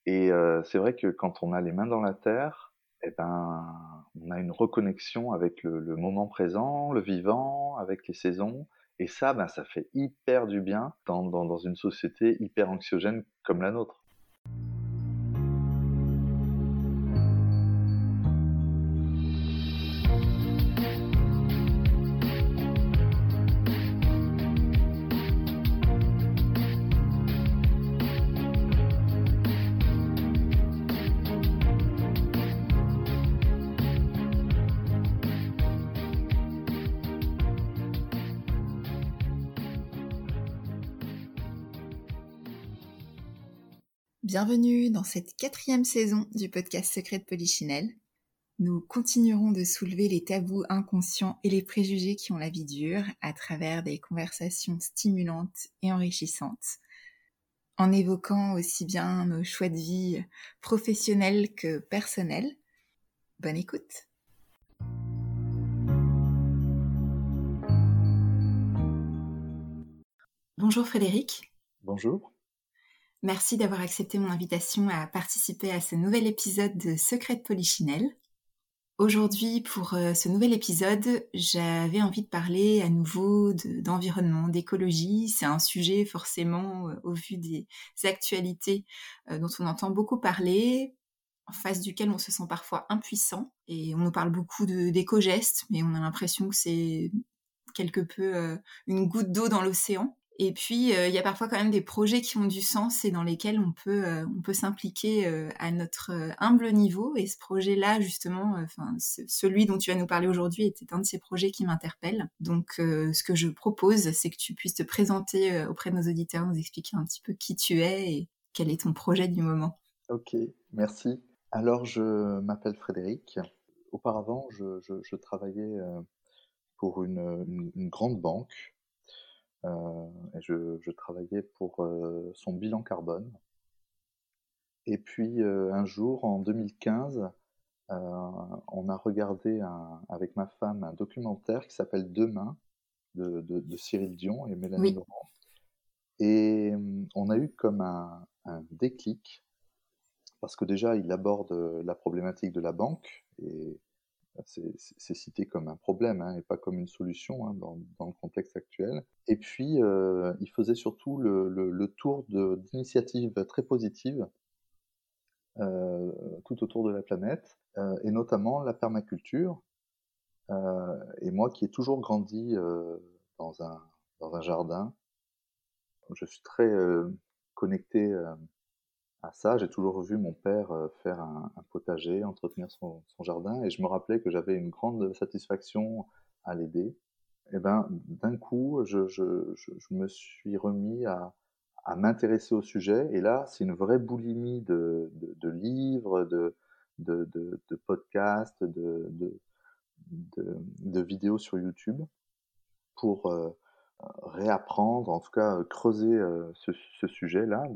Et c'est vrai que quand on a les mains dans la terre, eh ben, on a une reconnexion avec le moment présent, le vivant, avec les saisons. Et ça, ben, ça fait hyper du bien dans une société hyper anxiogène comme la nôtre. Bienvenue dans cette 4e saison du podcast Secret de Polichinelle. Nous continuerons de soulever les tabous inconscients et les préjugés qui ont la vie dure à travers des conversations stimulantes et enrichissantes, en évoquant aussi bien nos choix de vie professionnels que personnels. Bonne écoute! Bonjour Frédéric. Bonjour. Merci d'avoir accepté mon invitation à participer à ce nouvel épisode de Secret de Polichinelle. Aujourd'hui, pour ce nouvel épisode, j'avais envie de parler à nouveau d'environnement, d'écologie. C'est un sujet forcément, au vu des actualités, dont on entend beaucoup parler, en face duquel on se sent parfois impuissant. Et on nous parle beaucoup d'éco-gestes, mais on a l'impression que c'est quelque peu une goutte d'eau dans l'océan. Et puis, il y a parfois quand même des projets qui ont du sens et dans lesquels on peut s'impliquer à notre humble niveau. Et ce projet-là, justement, celui dont tu vas nous parler aujourd'hui était un de ces projets qui m'interpelle. Donc, ce que je propose, c'est que tu puisses te présenter auprès de nos auditeurs, nous expliquer un petit peu qui tu es et quel est ton projet du moment. Ok, merci. Alors, je m'appelle Frédéric. Auparavant, je travaillais pour une grande banque. Et je travaillais pour son bilan carbone. Et puis un jour, en 2015, on a regardé avec ma femme un documentaire qui s'appelle Demain de Cyril Dion et Mélanie Oui. Laurent. Et on a eu comme un déclic, parce que déjà il aborde la problématique de la banque, et c'est cité comme un problème, hein, et pas comme une solution, hein, dans le contexte actuel. Et puis, il faisait surtout le tour d'initiatives très positives tout autour de la planète, et notamment la permaculture. Et moi qui ai toujours grandi dans un jardin, je suis très connecté à ça. J'ai toujours vu mon père faire un potager, entretenir son jardin, et je me rappelais que j'avais une grande satisfaction à l'aider. Et ben, d'un coup, je me suis remis à m'intéresser au sujet, et là, c'est une vraie boulimie de livres, de podcasts, de vidéos sur YouTube pour réapprendre, en tout cas creuser ce sujet-là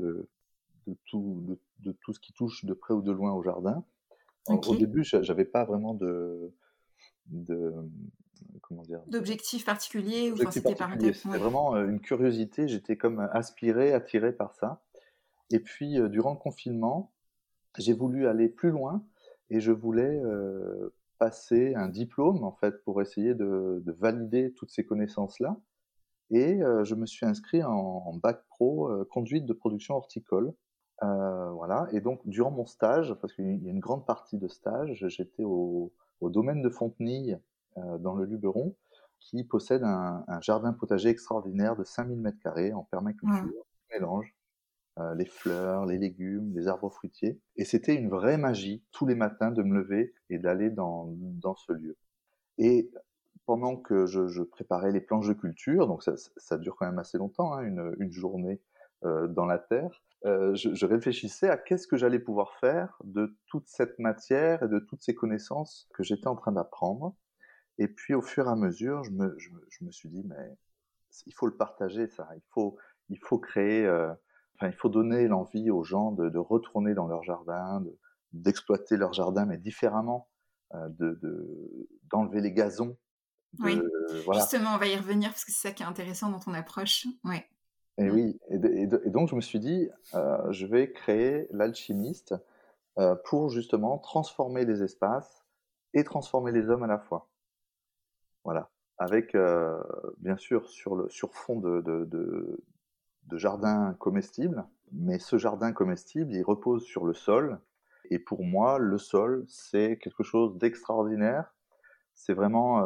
de tout ce qui touche de près ou de loin au jardin. Au Ok. début, j'avais pas vraiment de comment dire, D'objectifs particuliers ou enfin d'objectif c'était par particulier. intérêt. C'était Oui. vraiment une curiosité. J'étais comme aspiré, attiré par ça. Et puis, durant le confinement, j'ai voulu aller plus loin, et je voulais passer un diplôme, en fait, pour essayer de valider toutes ces connaissances-là. Et je me suis inscrit en bac pro conduite de production horticole. Voilà. Et donc, durant mon stage, parce qu'il y a une grande partie de stage, j'étais au domaine de Fontenille, dans le Luberon, qui possède un jardin potager extraordinaire de 5000 mètres carrés en Voilà. permaculture, mélange les fleurs, les légumes, les arbres fruitiers. Et c'était une vraie magie tous les matins de me lever et d'aller dans ce lieu. Et pendant que je préparais les planches de culture, donc ça dure quand même assez longtemps, hein, une journée dans la terre, je réfléchissais à qu'est-ce que j'allais pouvoir faire de toute cette matière et de toutes ces connaissances que j'étais en train d'apprendre. Et puis au fur et à mesure, je me suis dit, mais il faut le partager, ça. Il faut créer, il faut donner l'envie aux gens de retourner dans leur jardin, d'exploiter leur jardin, mais différemment, d'enlever les gazons, Oui. voilà. Justement, on va y revenir parce que c'est ça qui est intéressant dans ton approche. Ouais. Et Mmh. oui, et donc je me suis dit, je vais créer l'alchimiste, pour justement transformer les espaces et transformer les hommes à la fois. Voilà. Avec, bien sûr sur fond de jardin comestible, mais ce jardin comestible, il repose sur le sol et pour moi, le sol, c'est quelque chose d'extraordinaire. C'est vraiment,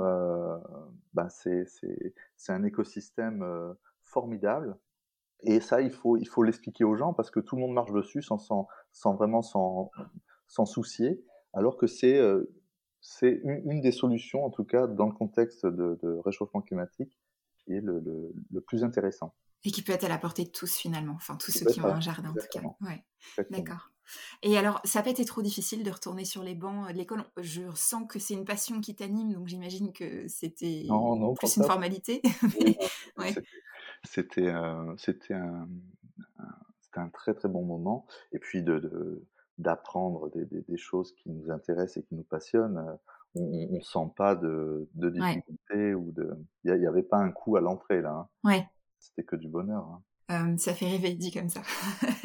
c'est un écosystème, formidable et ça, il faut l'expliquer aux gens parce que tout le monde marche dessus sans vraiment s'en soucier, alors que c'est une des solutions, en tout cas dans le contexte de réchauffement climatique, qui est le plus intéressant. Et qui peut être à la portée de tous finalement, enfin tous ceux C'est qui ont ça, un jardin en tout cas. exactement, Ouais, exactement. d'accord. Et alors, ça a pas été trop difficile de retourner sur les bancs, de l'école? Je sens que c'est une passion qui t'anime, donc j'imagine que c'était Non, non, au plus une contraire, formalité? oui, Mais non, ouais, c'était c'était un très, très bon moment et puis d'apprendre des choses qui nous intéressent et qui nous passionnent, on sent pas de ouais, difficultés ou il y avait pas un coup à l'entrée là, hein. ouais. C'était que du bonheur, hein. Ça fait rêver dit comme ça.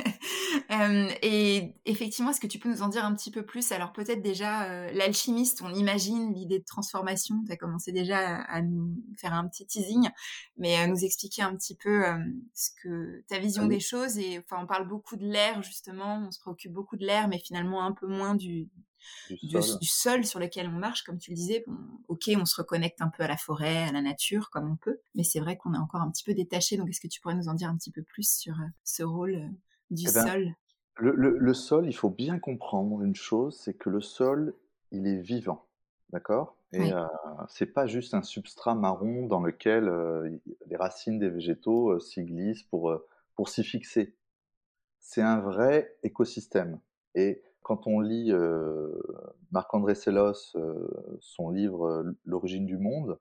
Et effectivement, est-ce que tu peux nous en dire un petit peu plus? Alors peut-être déjà, l'alchimiste, on imagine l'idée de transformation. Tu as commencé déjà à nous faire un petit teasing, mais nous expliquer un petit peu, ce que ta Ah vision oui, des choses et enfin, on parle beaucoup de l'air justement, on se préoccupe beaucoup de l'air, mais finalement un peu moins du sol. du sol sur lequel on marche, comme tu le disais. Bon, ok, on se reconnecte un peu à la forêt, à la nature, comme on peut, mais c'est vrai qu'on est encore un petit peu détaché. Donc, est-ce que tu pourrais nous en dire un petit peu plus sur ce rôle du Eh ben, sol? le sol, il faut bien comprendre une chose, c'est que le sol, il est vivant, d'accord? Et Oui, c'est pas juste un substrat marron dans lequel, i les racines des végétaux, s'y glissent pour s'y fixer. C'est un vrai écosystème et quand on lit, Marc-André Sellos, son livre, «L'origine du monde»,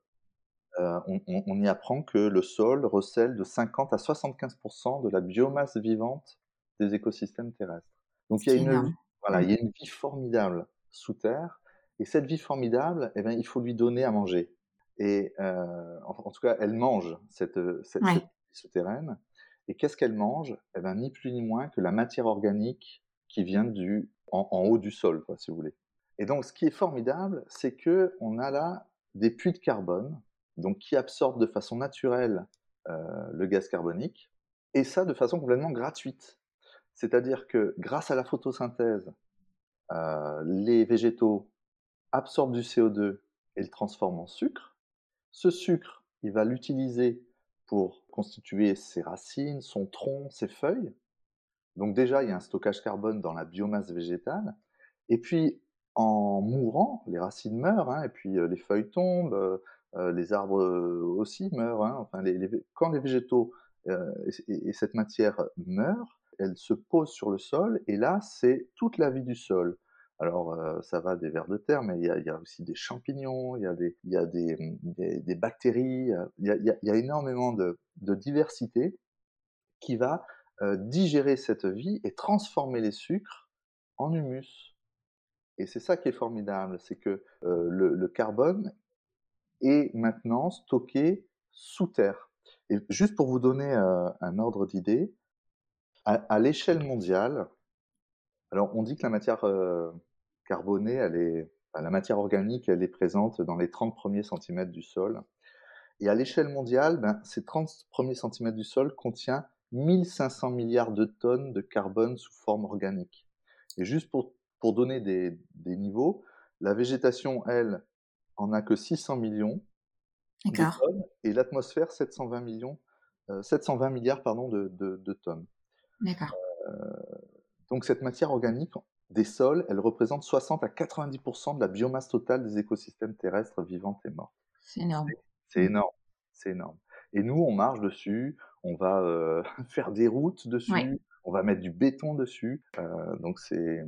on y apprend que le sol recèle de 50 à 75 de la biomasse vivante des écosystèmes terrestres. ce Donc il y a qui est une vie énorme. voilà, Mm. il y a une vie formidable sous terre et cette vie formidable, eh ben, il faut lui donner à manger et en tout cas, elle mange cette Ouais, vie souterraine et qu'est-ce qu'elle mange? Eh ben, ni plus ni moins que la matière organique qui vient en haut du sol, quoi, si vous voulez et donc ce qui est formidable, c'est qu'on a là des puits de carbone donc qui absorbent de façon naturelle le gaz carbonique, et ça de façon complètement gratuite. C'est-à-dire que grâce à la photosynthèse, les végétaux absorbent du CO2 et le transforment en sucre. Ce sucre, il va l'utiliser pour constituer ses racines, son tronc, ses feuilles. Donc déjà, il y a un stockage carbone dans la biomasse végétale. Et puis, en mourant, les racines meurent, hein, et puis les feuilles tombent, les arbres aussi meurent. Hein, enfin, quand les végétaux et cette matière meurt, elle se pose sur le sol, et là, c'est toute la vie du sol. Alors, ça va des vers de terre, mais il y a aussi des champignons, il y a des bactéries, il y a énormément de diversité qui va, digérer cette vie et transformer les sucres en humus. Et c'est ça qui est formidable, c'est que, le carbone est maintenant stocké sous terre. Et juste pour vous donner, un ordre d'idée, à l'échelle mondiale, alors on dit que la matière, carbonée, la matière organique, elle est présente dans les 30 premiers centimètres du sol. Et à l'échelle mondiale, ben, ces 30 premiers centimètres du sol contient 1500 milliards de tonnes de carbone sous forme organique. Et juste pour donner des niveaux, la végétation, elle, en a que 600 millions de d'accord, tonnes et l'atmosphère 720 millions, 720 milliards pardon, de tonnes. d'accord. Donc cette matière organique des sols, elle représente 60 à 90% de la biomasse totale des écosystèmes terrestres vivants et morts. C'est énorme. C'est Mm. énorme, c'est énorme. Et nous, on marche dessus, on va, faire des routes Ouais, dessus, on va mettre du béton dessus, donc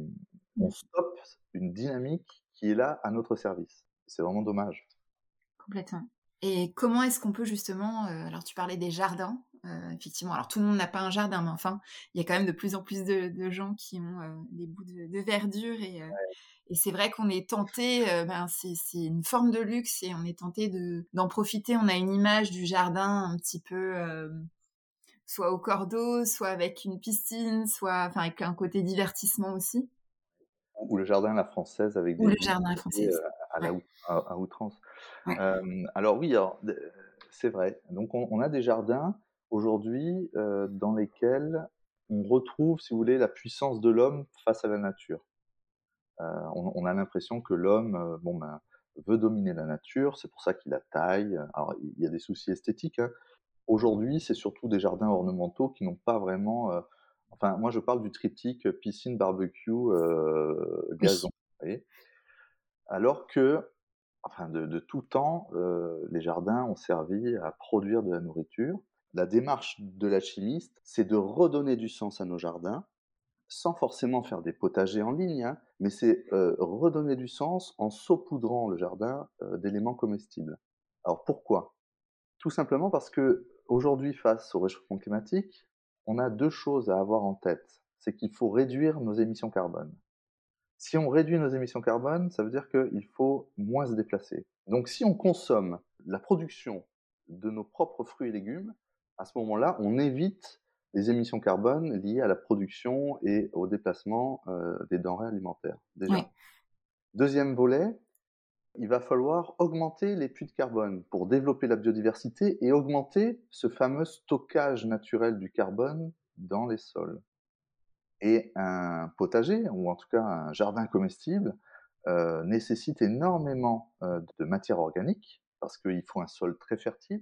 on mm, stoppe une dynamique qui est là à notre service. C'est vraiment dommage. complètement. Et comment est-ce qu'on peut justement, alors tu parlais des jardins, effectivement, alors tout le monde n'a pas un jardin, mais enfin, il y a quand même de plus en plus de gens qui ont, des bouts de verdure et c'est vrai qu'on est tenté, ben, c'est une forme de luxe et on est tenté d'en profiter. On a une image du jardin un petit peu, soit au cordeau, soit avec une piscine, soit enfin avec un côté divertissement aussi. Ou le jardin à la française avec Ou le des jardin à la potager, française. à Ouais, la à outrance. ouais. Alors oui, alors c'est vrai. Donc on a des jardins aujourd'hui, dans lesquels on retrouve, si vous voulez, la puissance de l'homme face à la nature. On a l'impression que l'homme, bon ben, veut dominer la nature, c'est pour ça qu'il la taille. Alors il y a des soucis esthétiques, hein. Aujourd'hui, c'est surtout des jardins ornementaux qui n'ont pas vraiment, enfin moi je parle du triptyque, piscine, barbecue, Oui, gazon, vous voyez? Alors que, enfin de tout temps, les jardins ont servi à produire de la nourriture. La démarche de l'alchimiste, c'est de redonner du sens à nos jardins, sans forcément faire des potagers en ligne, hein, mais c'est, redonner du sens en saupoudrant le jardin, d'éléments comestibles. Alors pourquoi? Tout simplement parce qu'aujourd'hui, face au réchauffement climatique, on a 2 choses à avoir en tête. C'est qu'il faut réduire nos émissions carbone. Si on réduit nos émissions carbone, ça veut dire qu'il faut moins se déplacer. Donc si on consomme la production de nos propres fruits et légumes, à ce moment-là, on évite les émissions carbone liées à la production et au déplacement, des denrées alimentaires, oui, déjà. Deuxième volet, il va falloir augmenter les puits de carbone pour développer la biodiversité et augmenter ce fameux stockage naturel du carbone dans les sols. Et un potager, ou en tout cas un jardin comestible, nécessite énormément de matière organique, parce qu'il faut un sol très fertile.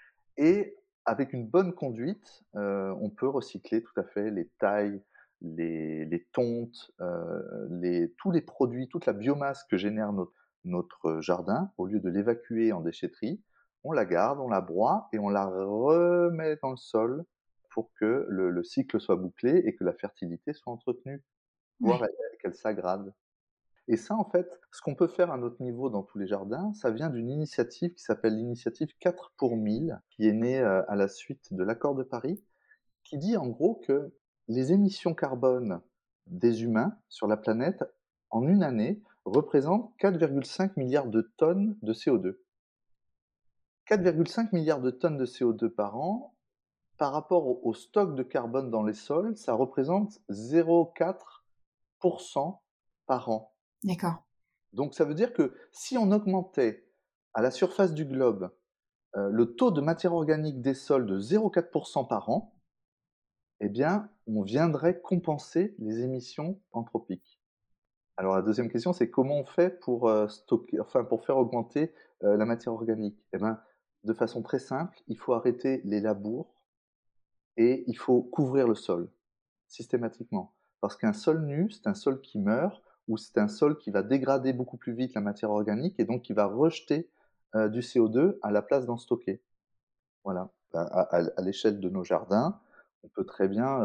Et avec une bonne conduite, on peut recycler tout à fait les tailles, les tontes, tous les produits, toute la biomasse que génère notre jardin. Au lieu de l'évacuer en déchetterie, on la garde, on la broie et on la remet dans le sol pour que le cycle soit bouclé et que la fertilité soit entretenue, voire ouais. qu'elle s'aggrade. Et ça, en fait, ce qu'on peut faire à notre niveau dans tous les jardins, ça vient d'une initiative qui s'appelle l'initiative 4 pour 1000, qui est née à la suite de l'accord de Paris, qui dit en gros que les émissions carbone des humains sur la planète, en une année, représentent 4,5 milliards de tonnes de CO2. 4,5 milliards de tonnes de CO2 par an, par rapport au stock de carbone dans les sols, ça représente 0,4% par an. D'accord. Donc ça veut dire que si on augmentait à la surface du globe, le taux de matière organique des sols de 0,4% par an, eh bien, on viendrait compenser les émissions anthropiques. Alors la deuxième question, c'est comment on fait pour, stocker enfin pour faire augmenter, la matière organique? Eh ben, de façon très simple, il faut arrêter les labours et il faut couvrir le sol, systématiquement. Parce qu'un sol nu, c'est un sol qui meurt ou c'est un sol qui va dégrader beaucoup plus vite la matière organique et donc qui va rejeter, du CO2 à la place d'en stocker. Voilà. À l'échelle de nos jardins, on peut très bien,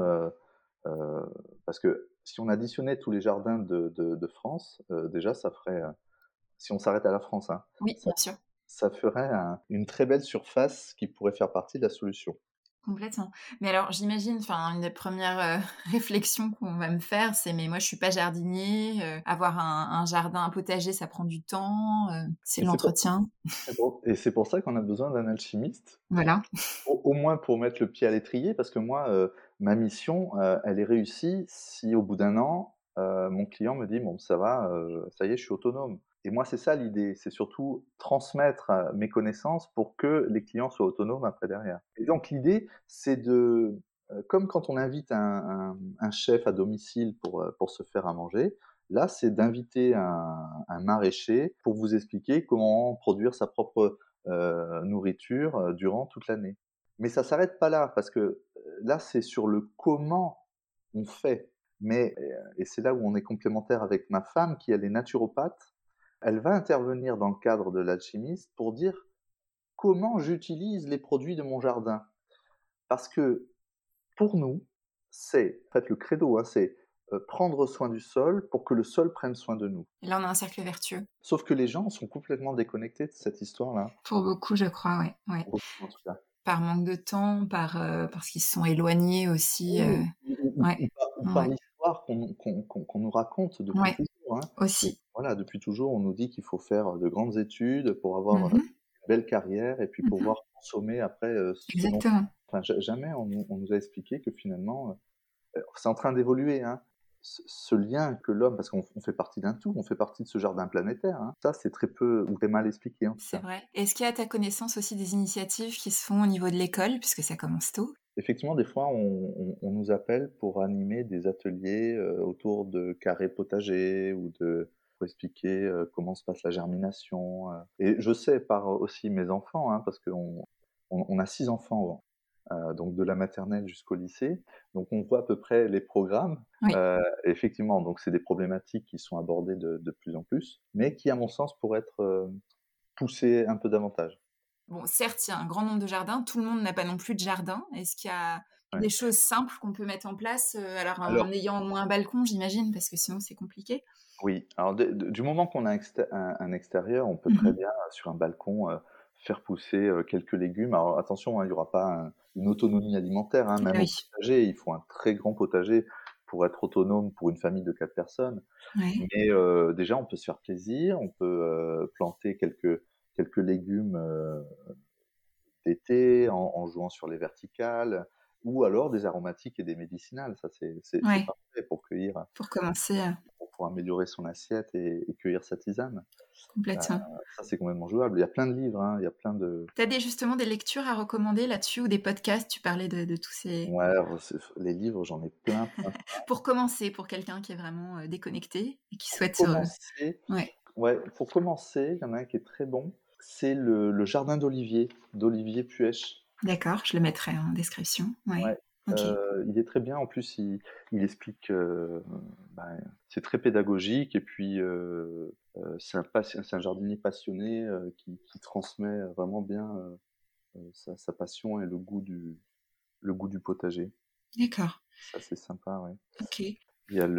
parce que si on additionnait tous les jardins de France, déjà ça ferait, si on s'arrête à la France, hein, Oui, ça bien sûr. ça ferait une très belle surface qui pourrait faire partie de la solution. Complètement. Mais alors j'imagine, enfin une des premières, réflexions qu'on va me faire, c'est: «Mais moi je suis pas jardinier, avoir un jardin, un potager, ça prend du temps, c'est Et de c'est pour l'entretien». c'est pour ça qu'on a besoin d'un alchimiste. Voilà. Au moins pour mettre le pied à l'étrier, parce que moi, ma mission, elle est réussie si au bout d'un an, mon client me dit: «Bon ça va, ça y est, je suis autonome». Et moi, c'est ça l'idée, c'est surtout transmettre, mes connaissances pour que les clients soient autonomes après derrière. Et donc l'idée, c'est de, comme quand on invite un chef à domicile pour se faire à manger, là, c'est d'inviter un maraîcher pour vous expliquer comment produire sa propre, nourriture, durant toute l'année. Mais ça s'arrête pas là, parce que là, c'est sur le comment on fait. Mais, et c'est là où on est complémentaire avec ma femme, qui elle est naturopathe. Elle va intervenir dans le cadre de l'alchimiste pour dire comment j'utilise les produits de mon jardin. Parce que pour nous, c'est, en fait, le credo, hein, c'est prendre soin du sol pour que le sol prenne soin de nous. Et là, on a un cercle vertueux. Sauf que les gens sont complètement déconnectés de cette histoire-là, Pour beaucoup, je crois, ouais, ouais. beaucoup en tout cas. Par manque de temps, parce qu'ils se sont éloignés aussi, Oui, ouais, ou par ouais, l'histoire qu'on nous raconte depuis ouais, toujours, hein. aussi. Voilà, depuis toujours, on nous dit qu'il faut faire de grandes études pour avoir, Mmh mh. une belle carrière et puis Mmh. pouvoir consommer après, ce dont Exactement. enfin jamais on nous a expliqué que finalement, c'est en train d'évoluer, hein. Ce lien que l'homme, parce qu'on fait partie d'un tout, on fait partie de ce jardin planétaire, hein. Ça, c'est très peu ou très mal expliqué en tout C'est cas. vrai. Est-ce qu'il y a à ta connaissance aussi des initiatives qui se font au niveau de l'école, puisque ça commence tôt? Effectivement, des fois, on nous appelle pour animer des ateliers, autour de carrés potagers ou pour expliquer, comment se passe la germination, et je sais par aussi mes enfants, hein, parce qu'on a 6 enfants, donc de la maternelle jusqu'au lycée, donc on voit à peu près les programmes, Oui. effectivement, donc c'est des problématiques qui sont abordées de plus en plus, mais qui, à mon sens, pourraient être, poussées un peu davantage. Bon, certes, il y a un grand nombre de jardins, tout le monde n'a pas non plus de jardin. Est-ce qu'il y a Ouais. des choses simples qu'on peut mettre en place, alors en Alors ayant au moins un balcon, j'imagine, parce que sinon c'est compliqué? oui, alors du moment qu'on a un extérieur, on peut très Mmh. bien, sur un balcon, faire pousser, quelques légumes. Alors attention, hein, il y aura pas une autonomie alimentaire, hein, Ah même au oui. potager, il faut un très grand potager pour être autonome pour une famille de 4 personnes. Ouais. Mais déjà, on peut se faire plaisir, on peut, planter quelques légumes, d'été en jouant sur les verticales, ou alors des aromatiques et des médicinales. Ça, c'est Ouais, parfait pour cueillir, pour commencer, pour améliorer son assiette et cueillir sa tisane. Heu, complètement. Ça, c'est complètement jouable. Il y a plein de livres, hein, il y a plein de Tu as justement des lectures à recommander là-dessus ou des podcasts? Tu parlais de tous ces ouais, les livres, j'en ai plein, plein. pour commencer, pour quelqu'un qui est vraiment, déconnecté et qui Pour souhaite, commencer, ouais, ouais, pour commencer, il y en a un qui est très bon, c'est le jardin d'Olivier Puech. d'accord, je le mettrai en description. Ouais, Ouais, OK. il est très bien. En plus, il explique, ben, c'est très pédagogique et puis, c'est un jardinier passionné, qui transmet vraiment bien, sa passion et le goût du potager. D'accord, Ça, c'est sympa, ouais. OK. Il y a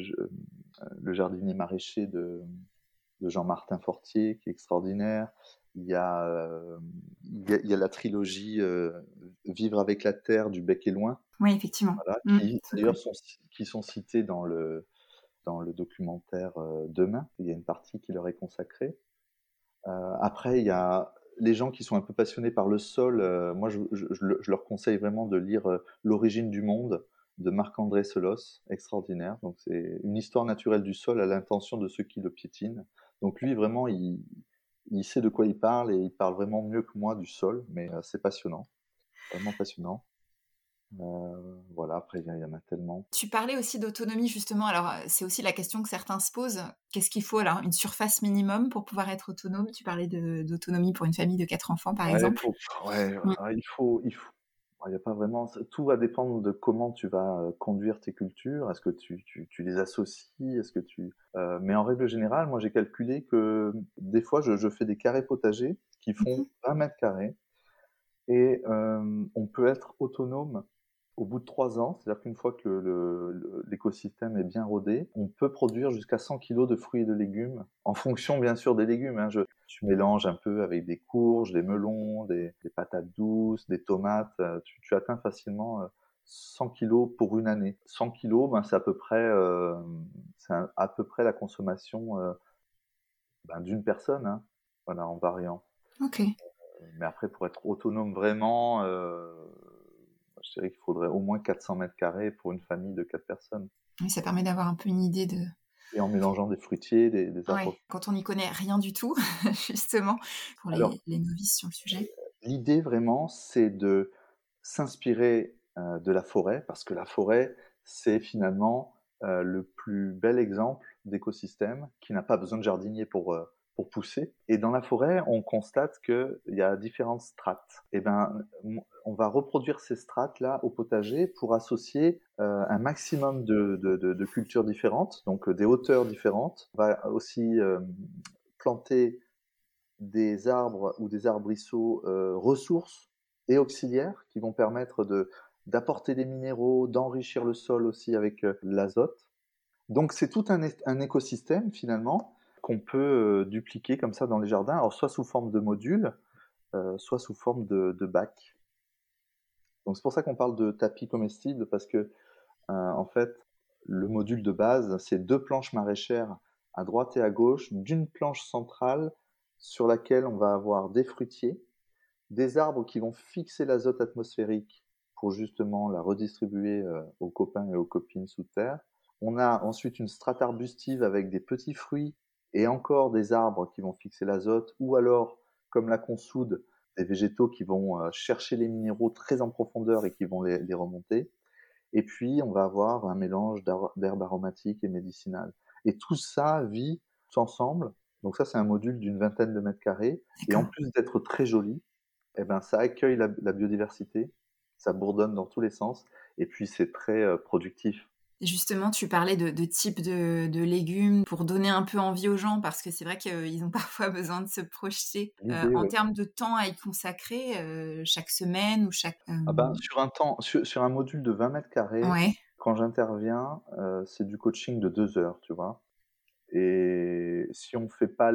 le jardinier maraîcher de Jean-Martin Fortier qui est extraordinaire. Il y a, il y a la trilogie, Vivre avec la terre du Bec et Loin, Oui, effectivement. voilà, Mmh, qui c'est d'ailleurs cool. sont cités dans le documentaire, Demain. Il y a une partie qui leur est consacrée. Après, il y a les gens qui sont un peu passionnés par le sol, moi je leur conseille vraiment de lire, L'origine du monde de Marc-André Selosse, extraordinaire. Donc c'est une histoire naturelle du sol à l'intention de ceux qui le piétinent. Donc lui vraiment il sait de quoi il parle et il parle vraiment mieux que moi du sol, mais c'est passionnant, vraiment passionnant. Voilà, après il y en a tellement. Tu parlais aussi d'autonomie justement, alors, c'est aussi la question que certains se posent. Qu'est-ce qu'il faut alors? Une surface minimum pour pouvoir être autonome? Tu parlais d'autonomie pour une famille de 4 enfants, par Ouais, exemple. ouais, Mmh. il faut il y a pas vraiment tout va dépendre de comment tu vas, conduire tes cultures. Est-ce que tu les associes? Est-ce que mais en règle générale, moi, j'ai calculé que, des fois, je fais des carrés potagers qui Mmh. font 20 mètres carrés et on peut être autonome au bout de 3 ans. C'est-à-dire qu'une fois que l'écosystème est bien rodé, on peut produire jusqu'à 100 kilos de fruits et de légumes, en fonction bien sûr des légumes, hein. Tu mélanges un peu avec des courges, des melons, des patates douces, des tomates, tu atteins facilement, 100 kilos pour une année. 100 kilos, ben, c'est à peu près la consommation, ben, d'une personne, hein, voilà, en variant. OK. Mais après, pour être autonome vraiment, je dirais qu'il faudrait au moins 400 mètres carrés pour une famille de 4 personnes. Oui, ça permet d'avoir un peu une idée de Et en mélangeant des fruitiers, des ouais, arbres. quand on n'y connaît rien du tout, justement, pour Alors, les novices sur le sujet. l'idée vraiment, c'est de s'inspirer, de la forêt, parce que la forêt, c'est finalement, le plus bel exemple d'écosystème qui n'a pas besoin de jardinier pour pousser. Et dans la forêt, on constate qu'il y a différentes strates. Et ben, on va reproduire ces strates-là au potager pour associer, un maximum de cultures différentes, donc des hauteurs différentes. On va aussi, planter des arbres ou des arbrisseaux, ressources et auxiliaires qui vont permettre d'apporter des minéraux, d'enrichir le sol aussi avec, l'azote. Donc c'est tout un écosystème finalement qu'on peut, dupliquer comme ça dans les jardins, alors soit sous forme de modules, soit sous forme de bacs. Donc c'est pour ça qu'on parle de tapis comestibles parce que, en fait, le module de base, c'est 2 planches maraîchères à droite et à gauche d'une planche centrale sur laquelle on va avoir des fruitiers. des arbres qui vont fixer l'azote atmosphérique pour justement la redistribuer aux copains et aux copines sous terre. On a ensuite une strate arbustive avec des petits fruits et encore des arbres qui vont fixer l'azote, ou alors, comme la consoude, des végétaux qui vont chercher les minéraux très en profondeur et qui vont les remonter. Et puis, on va avoir un mélange d'herbes aromatiques et médicinales. Et tout ça vit tout ensemble. Donc ça, c'est un module d'une vingtaine de mètres carrés. Et en D'accord. plus d'être très joli, eh ben, ça accueille la biodiversité, ça bourdonne dans tous les sens, et puis c'est très productif. Et justement, tu parlais de types de légumes pour donner un peu envie aux gens, parce que c'est vrai qu'ils ont parfois besoin de se projeter. L'idée, En ouais. termes de temps à y consacrer, chaque semaine ou chaque... Ah ben, sur un module de 20 mètres carrés, Ouais, quand j'interviens, c'est du coaching de 2 heures, tu vois. Et si on fait pas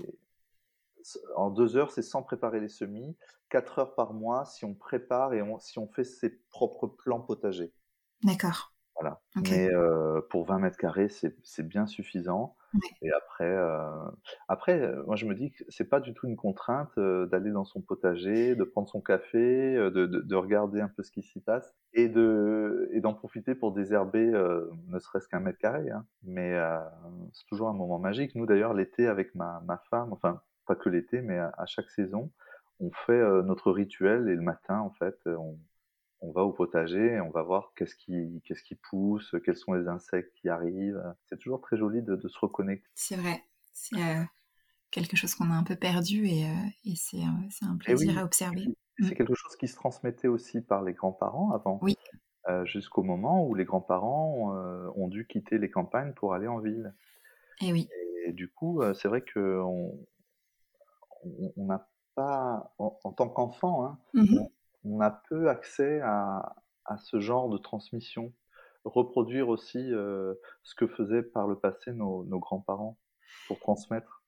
en 2 heures, c'est sans préparer les semis. 4 heures par mois si on prépare et si on fait ses propres plants potagers. d'accord. Voilà. OK. Mais pour 20 mètres carrés, c'est bien suffisant. Ouais. Et après, moi je me dis que c'est pas du tout une contrainte d'aller dans son potager, de prendre son café, de regarder un peu ce qui s'y passe et d'en profiter pour désherber ne serait-ce qu'1 mètre carré, hein. Mais c'est toujours un moment magique. Nous d'ailleurs l'été avec ma femme, enfin pas que l'été, mais à chaque saison, on fait notre rituel et le matin en fait, on va au potager et on va voir qu'est-ce qui pousse, quels sont les insectes qui arrivent. C'est toujours très joli de se reconnecter. C'est vrai. C'est quelque chose qu'on a un peu perdu et c'est un Et plaisir oui, à et observer. puis Mmh. c'est quelque chose qui se transmettait aussi par les grands-parents avant, Oui, jusqu'au moment où les grands-parents ont dû quitter les campagnes pour aller en ville. et oui. Et du coup, c'est vrai qu'on n'a pas, en tant qu'enfant, hein, Mmh. on a peu accès à ce genre de transmission. Reproduire aussi ce que faisaient par le passé nos grands-parents pour transmettre.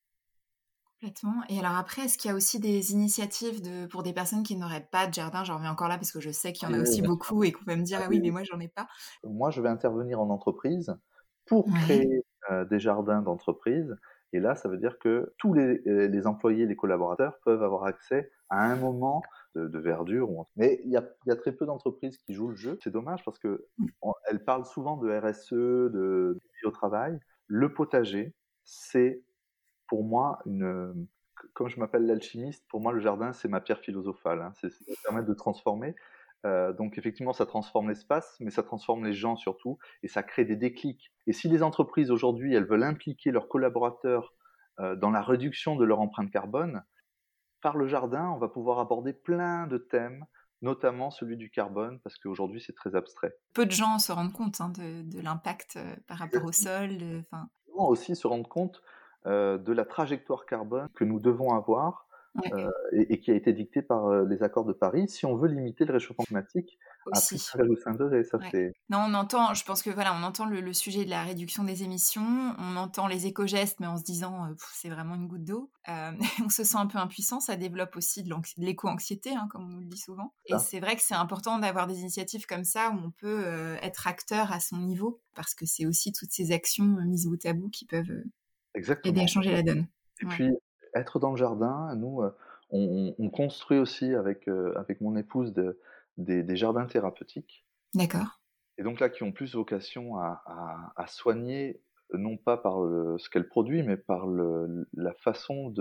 Complètement. Et alors après, est-ce qu'il y a aussi des initiatives pour des personnes qui n'auraient pas de jardin? J'en reviens encore là parce que je sais qu'il y en Oui, a oui, aussi bien sûr. beaucoup et qu'on va me dire: Ah «Ah oui, oui, mais oui. moi j'en ai pas». Moi, je vais intervenir en entreprise pour Ouais, créer des jardins d'entreprise. Et là, ça veut dire que tous les employés, les collaborateurs peuvent avoir accès à un moment de verdure. Mais il y a très peu d'entreprises qui jouent le jeu. C'est dommage parce que elles parlent souvent de RSE, de vie au travail. Le potager, c'est pour moi comme je m'appelle l'alchimiste, pour moi le jardin c'est ma pierre philosophale, hein. Ça va permettre de transformer. Donc effectivement ça transforme l'espace, mais ça transforme les gens surtout et ça crée des déclics. Et si les entreprises aujourd'hui, elles veulent impliquer leurs collaborateurs, dans la réduction de leur empreinte carbone, par le jardin, on va pouvoir aborder plein de thèmes, notamment celui du carbone, parce qu'aujourd'hui c'est très abstrait. peu de gens se rendent compte, hein, de l'impact, par rapport au Exactement. sol, enfin Faut aussi se rendre compte de la trajectoire carbone que nous devons avoir ouais, et qui a été dictée par les accords de Paris si on veut limiter le réchauffement climatique à plus de aussi. 1,5 degrés. Ça Ouais. fait Non, on entend, je pense que voilà, on entend le sujet de la réduction des émissions, on entend les éco-gestes, mais en se disant, c'est vraiment une goutte d'eau. On se sent un peu impuissant, ça développe aussi de l'éco-anxiété, hein, comme on nous le dit souvent. Et ça. c'est vrai que c'est important d'avoir des initiatives comme ça où on peut, être acteur à son niveau, parce que c'est aussi toutes ces actions, mises bout à bout qui peuvent, aider à Exactement. changer la donne. Et Ouais. puis être dans le jardin, nous, on construit aussi avec mon épouse des jardins thérapeutiques. D'accord. Et donc là, qui ont plus vocation à soigner, non pas par ce qu'elle produit, mais par la façon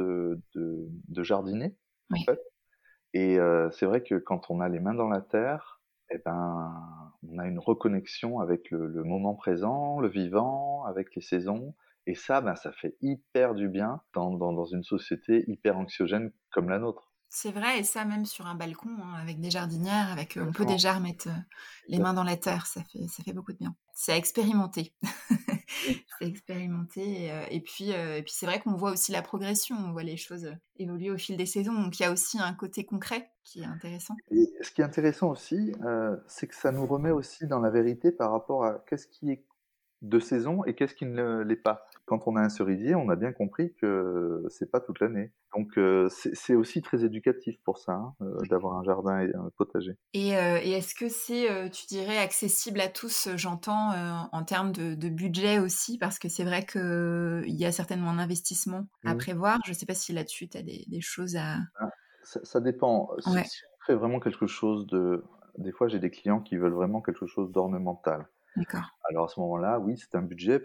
de jardiner, en Oui. fait. Et c'est vrai que quand on a les mains dans la terre, eh ben, on a une reconnexion avec le moment présent, le vivant, avec les saisons. Et ça, ben, ça fait hyper du bien dans une société hyper anxiogène comme la nôtre. C'est vrai, et ça même sur un balcon, hein, avec des jardinières, on peut Exactement, déjà remettre, les mains dans la terre, ça fait beaucoup de bien. C'est à expérimenter. oui. C'est à expérimenter et puis c'est vrai qu'on voit aussi la progression, on voit les choses, évoluer au fil des saisons, donc il y a aussi un côté concret qui est intéressant. Et ce qui est intéressant aussi, c'est que ça nous remet aussi dans la vérité par rapport à qu'est-ce qui est de saison et qu'est-ce qui ne l'est pas. Quand on a un cerisier, on a bien compris que c'est pas toute l'année. Donc c'est aussi très éducatif pour ça, hein, d'avoir un jardin et un potager. Et est-ce que c'est, tu dirais accessible à tous, j'entends, en termes de budget aussi? Parce que c'est vrai qu'il y a certainement un investissement à Mmh. prévoir. Je sais pas si là-dessus tu as des choses à Ça dépend. Ouais, Si on fait vraiment quelque chose de des fois, j'ai des clients qui veulent vraiment quelque chose d'ornemental. d'accord. Alors à ce moment-là, oui, c'est un budget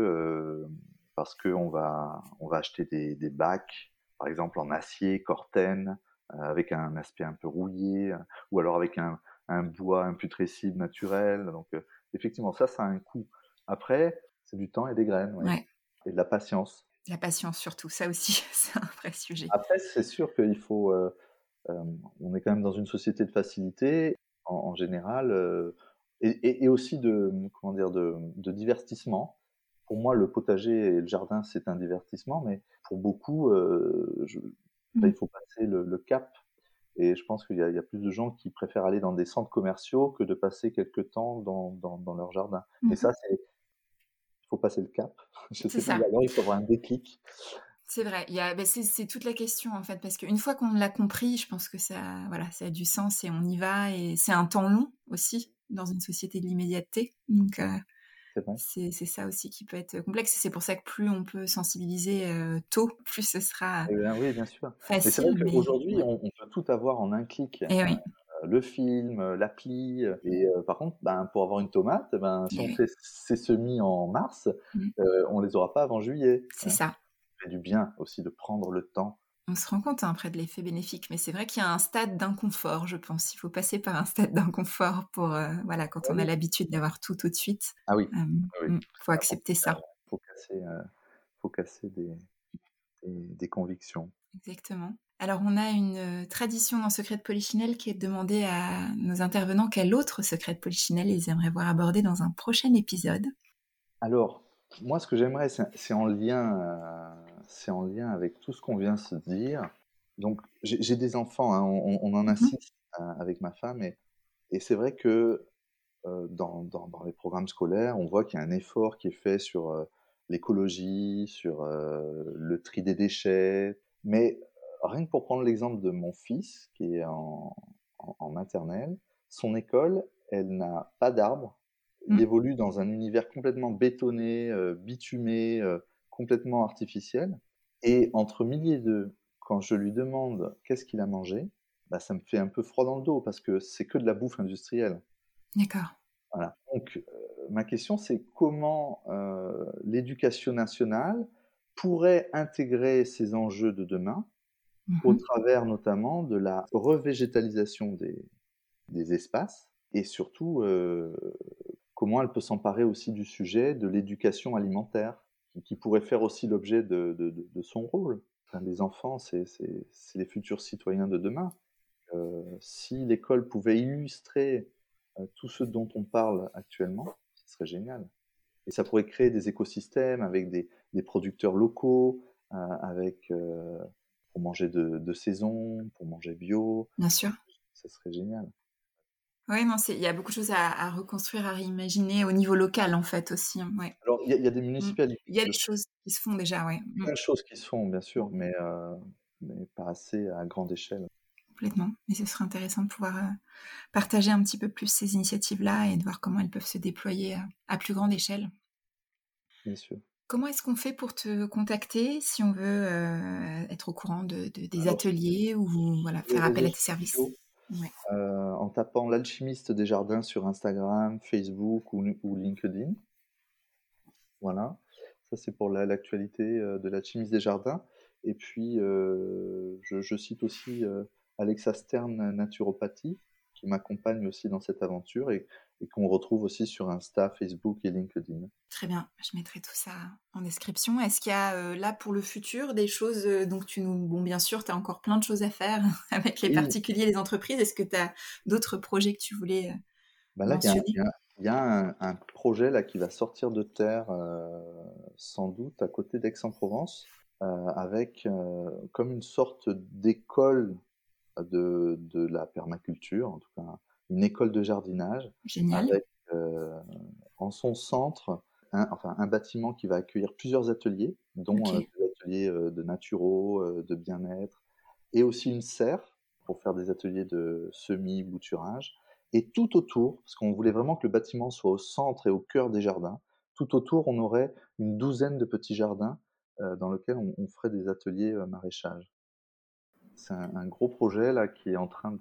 parce qu'on va acheter des bacs, par exemple en acier Corten, avec un aspect un peu rouillé, ou alors avec un bois imputrescible naturel. Donc effectivement, ça a un coût. Après, c'est du temps et des graines, oui, Ouais, et de la patience. la patience surtout, ça aussi, c'est un vrai sujet. Après, c'est sûr qu'il faut, on est quand même dans une société de facilité en général, et aussi de, comment dire? De divertissement. Pour moi, le potager et le jardin, c'est un divertissement, mais pour beaucoup, Mmh. il faut passer le cap, et je pense qu'il y a plus de gens qui préfèrent aller dans des centres commerciaux que de passer quelque temps dans leur jardin, et Mmh. ça, il faut passer le cap. Je C'est sais pas, ou ça. alors il faut avoir un déclic. C'est vrai, il y a c'est toute la question, en fait, parce qu'une fois qu'on l'a compris, je pense que ça a du sens et on y va et c'est un temps long aussi dans une société de l'immédiateté, donc C'est vrai. c'est ça aussi qui peut être complexe et c'est pour ça que plus on peut sensibiliser, tôt, plus ce sera Eh bien, oui, bien sûr. Mais c'est vrai facile, mais qu'aujourd'hui, ouais on peut tout avoir en un clic, et oui, le film, l'appli, et par contre, ben, pour avoir une tomate, ben, si et on oui. fait ses semis en mars, Mmh. on les aura pas avant juillet, C'est hein. ça. Ça fait du bien aussi de prendre le temps. On se rend compte, hein, après de l'effet bénéfique, mais c'est vrai qu'il y a un stade d'inconfort, je pense. Il faut passer par un stade d'inconfort pour, voilà, quand Ah on a oui. l'habitude d'avoir tout de suite, Ah oui, oui, oui. faut Ah bon, accepter ça. faut casser des convictions. Exactement. Alors on a une, tradition dans Secret de Polichinelle qui est de demander à nos intervenants quel autre secret de Polichinelle ils aimeraient voir abordé dans un prochain épisode. Alors, moi, ce que j'aimerais, c'est en lien avec tout ce qu'on vient de se dire. Donc, j'ai des enfants, hein, on en a Mmh. 6 avec ma femme, et c'est vrai que dans les programmes scolaires, on voit qu'il y a un effort qui est fait sur l'écologie, sur le tri des déchets. Mais rien que pour prendre l'exemple de mon fils, qui est en maternelle, son école, elle n'a pas d'arbres. Il Mmh. évolue dans un univers complètement bétonné, bitumé, complètement artificiel. Et entre midi et deux, quand je lui demande qu'est-ce qu'il a mangé, bah, ça me fait un peu froid dans le dos parce que c'est que de la bouffe industrielle. D'accord. Voilà. Donc, ma question, c'est comment l'éducation nationale pourrait intégrer ces enjeux de demain, au Mmh. travers notamment de la revégétalisation des espaces, et surtout comment elle peut s'emparer aussi du sujet de l'éducation alimentaire, qui pourrait faire aussi l'objet de son rôle. Enfin, les enfants, c'est les futurs citoyens de demain. Si l'école pouvait illustrer tout ce dont on parle actuellement, ce serait génial. Et ça pourrait créer des écosystèmes avec des producteurs locaux, avec pour manger de saison, pour manger bio. Bien sûr. Ça serait génial. Ouais, non, c'est il y a beaucoup de choses à reconstruire, à réimaginer au niveau local, en fait, aussi, hein, ouais. Alors, il y a des Mmh. municipalités Il y a qui le des font, choses qui se font déjà, ouais. plein de choses qui se font, bien sûr, mais pas assez à grande échelle, Complètement. Et ce serait intéressant de pouvoir, partager un petit peu plus ces initiatives-là et de voir comment elles peuvent se déployer, à plus grande échelle. bien sûr. Comment est-ce qu'on fait pour te contacter si on veut, être au courant des Alors, ateliers ou voilà, les faire appel réseaux à tes services? sociaux, Ouais, en tapant l'alchimiste des jardins sur Instagram, Facebook ou LinkedIn. Voilà, ça c'est pour l'actualité de l'alchimiste des jardins. Et puis, je cite aussi Alexa Stern Naturopathie, qui m'accompagne aussi dans cette aventure, et qu'on retrouve aussi sur Insta, Facebook et LinkedIn. très bien. Je mettrai tout ça en description. Est-ce qu'il y a, là, pour le futur, des choses, donc tu nous bon, bien sûr, tu as encore plein de choses à faire avec les Oui, particuliers et les entreprises. Est-ce que tu as d'autres projets que tu voulais, bah là, mentionner? il y a un projet là qui va sortir de terre, sans doute à côté d'Aix-en-Provence, avec comme une sorte d'école de la permaculture, en tout cas une école de jardinage, Génial. avec en son centre un bâtiment qui va accueillir plusieurs ateliers, dont OK. des ateliers de naturo, de bien-être, et aussi une serre pour faire des ateliers de semis, bouturage. Et tout autour, parce qu'on voulait vraiment que le bâtiment soit au centre et au cœur des jardins, tout autour, on aurait une douzaine de petits jardins dans lesquels on ferait des ateliers maraîchage. c'est un gros projet là qui est en train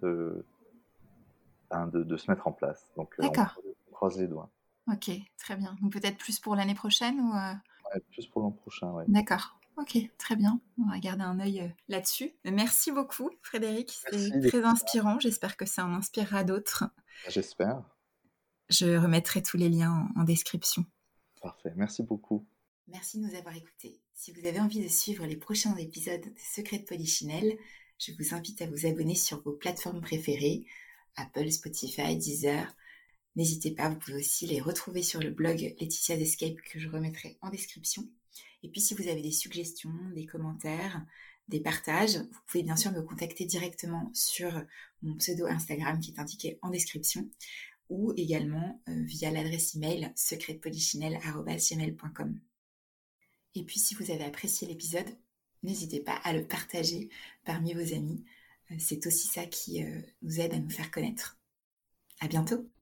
de se mettre en place. Donc D'accord. on croise les doigts. Ok, très bien. Donc peut-être plus pour l'année prochaine ou Ouais, plus pour l'an prochain, ouais. D'accord. Ok, très bien. On va garder un œil là-dessus. Merci beaucoup, Frédéric. Merci, C'était très inspirant. J'espère que ça en inspirera d'autres. j'espère. Je remettrai tous les liens en description. Parfait, merci beaucoup. Merci de nous avoir écoutés. Si vous avez envie de suivre les prochains épisodes des Secrets de Polichinelle, je vous invite à vous abonner sur vos plateformes préférées, Apple, Spotify, Deezer. N'hésitez pas, vous pouvez aussi les retrouver sur le blog Laetitia's Escape que je remettrai en description. Et puis si vous avez des suggestions, des commentaires, des partages, vous pouvez bien sûr me contacter directement sur mon pseudo Instagram qui est indiqué en description ou également via l'adresse email secretpolichinelle@gmail.com. Et puis si vous avez apprécié l'épisode, n'hésitez pas à le partager parmi vos amis. C'est aussi ça qui nous aide à nous faire connaître. À bientôt!